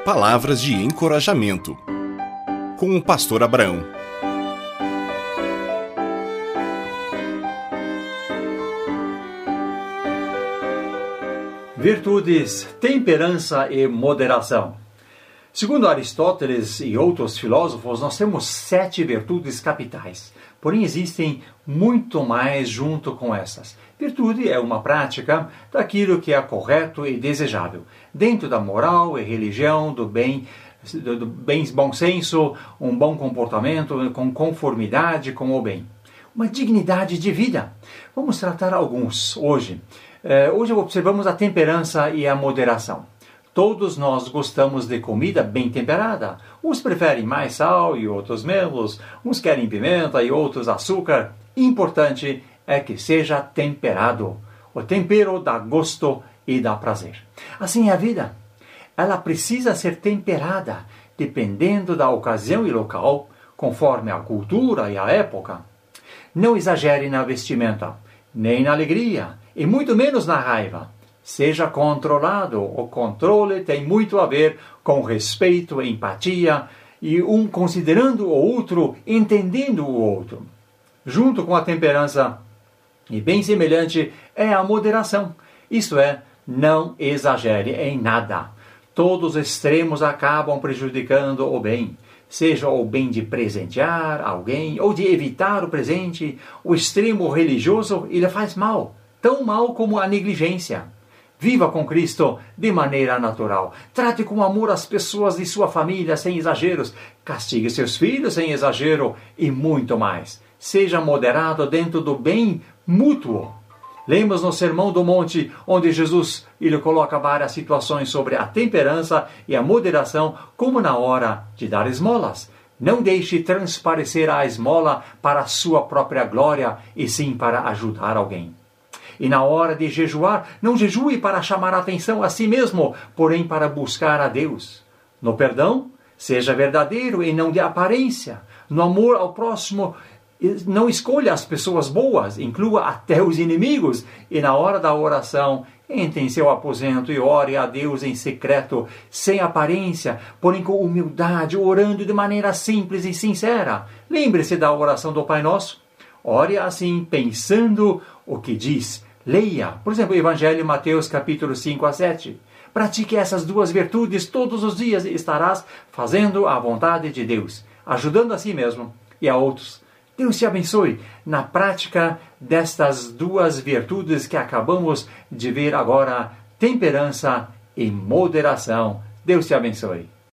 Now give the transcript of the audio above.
Palavras de encorajamento, com o pastor Abraão. Virtudes, temperança e moderação. Segundo Aristóteles e outros filósofos, nós temos 7 virtudes capitais. Porém, existem muito mais junto com essas. Virtude é uma prática daquilo que é correto e desejável, dentro da moral e religião, do bem, bom senso, um bom comportamento, com conformidade com o bem. Uma dignidade de vida. Vamos tratar alguns hoje. Hoje observamos a temperança e a moderação. Todos nós gostamos de comida bem temperada. Uns preferem mais sal e outros menos. Uns querem pimenta e outros açúcar. Importante é que seja temperado. O tempero dá gosto e dá prazer. Assim é a vida. Ela precisa ser temperada, dependendo da ocasião e local, conforme a cultura e a época. Não exagere na vestimenta, nem na alegria, e muito menos na raiva. Seja controlado. O controle tem muito a ver com respeito, empatia e um considerando o outro, entendendo o outro. Junto com a temperança, e bem semelhante, é a moderação. Isto é, não exagere em nada. Todos os extremos acabam prejudicando o bem. Seja o bem de presentear alguém ou de evitar o presente, o extremo religioso, ele faz mal, tão mal como a negligência. Viva com Cristo de maneira natural. Trate com amor as pessoas de sua família sem exageros. Castigue seus filhos sem exagero e muito mais. Seja moderado dentro do bem mútuo. Lemos no Sermão do Monte, onde Jesus ele coloca várias situações sobre a temperança e a moderação, como na hora de dar esmolas. Não deixe transparecer a esmola para a sua própria glória, e sim para ajudar alguém. E na hora de jejuar, não jejue para chamar a atenção a si mesmo, porém para buscar a Deus. No perdão, seja verdadeiro e não de aparência. No amor ao próximo, não escolha as pessoas boas, inclua até os inimigos. E na hora da oração, entre em seu aposento e ore a Deus em secreto, sem aparência, porém com humildade, orando de maneira simples e sincera. Lembre-se da oração do Pai Nosso. Ore assim, pensando o que diz. Leia, por exemplo, o Evangelho de Mateus, capítulo 5 a 7. Pratique essas 2 virtudes todos os dias e estarás fazendo a vontade de Deus, ajudando a si mesmo e a outros. Deus te abençoe na prática destas 2 virtudes que acabamos de ver agora, temperança e moderação. Deus te abençoe.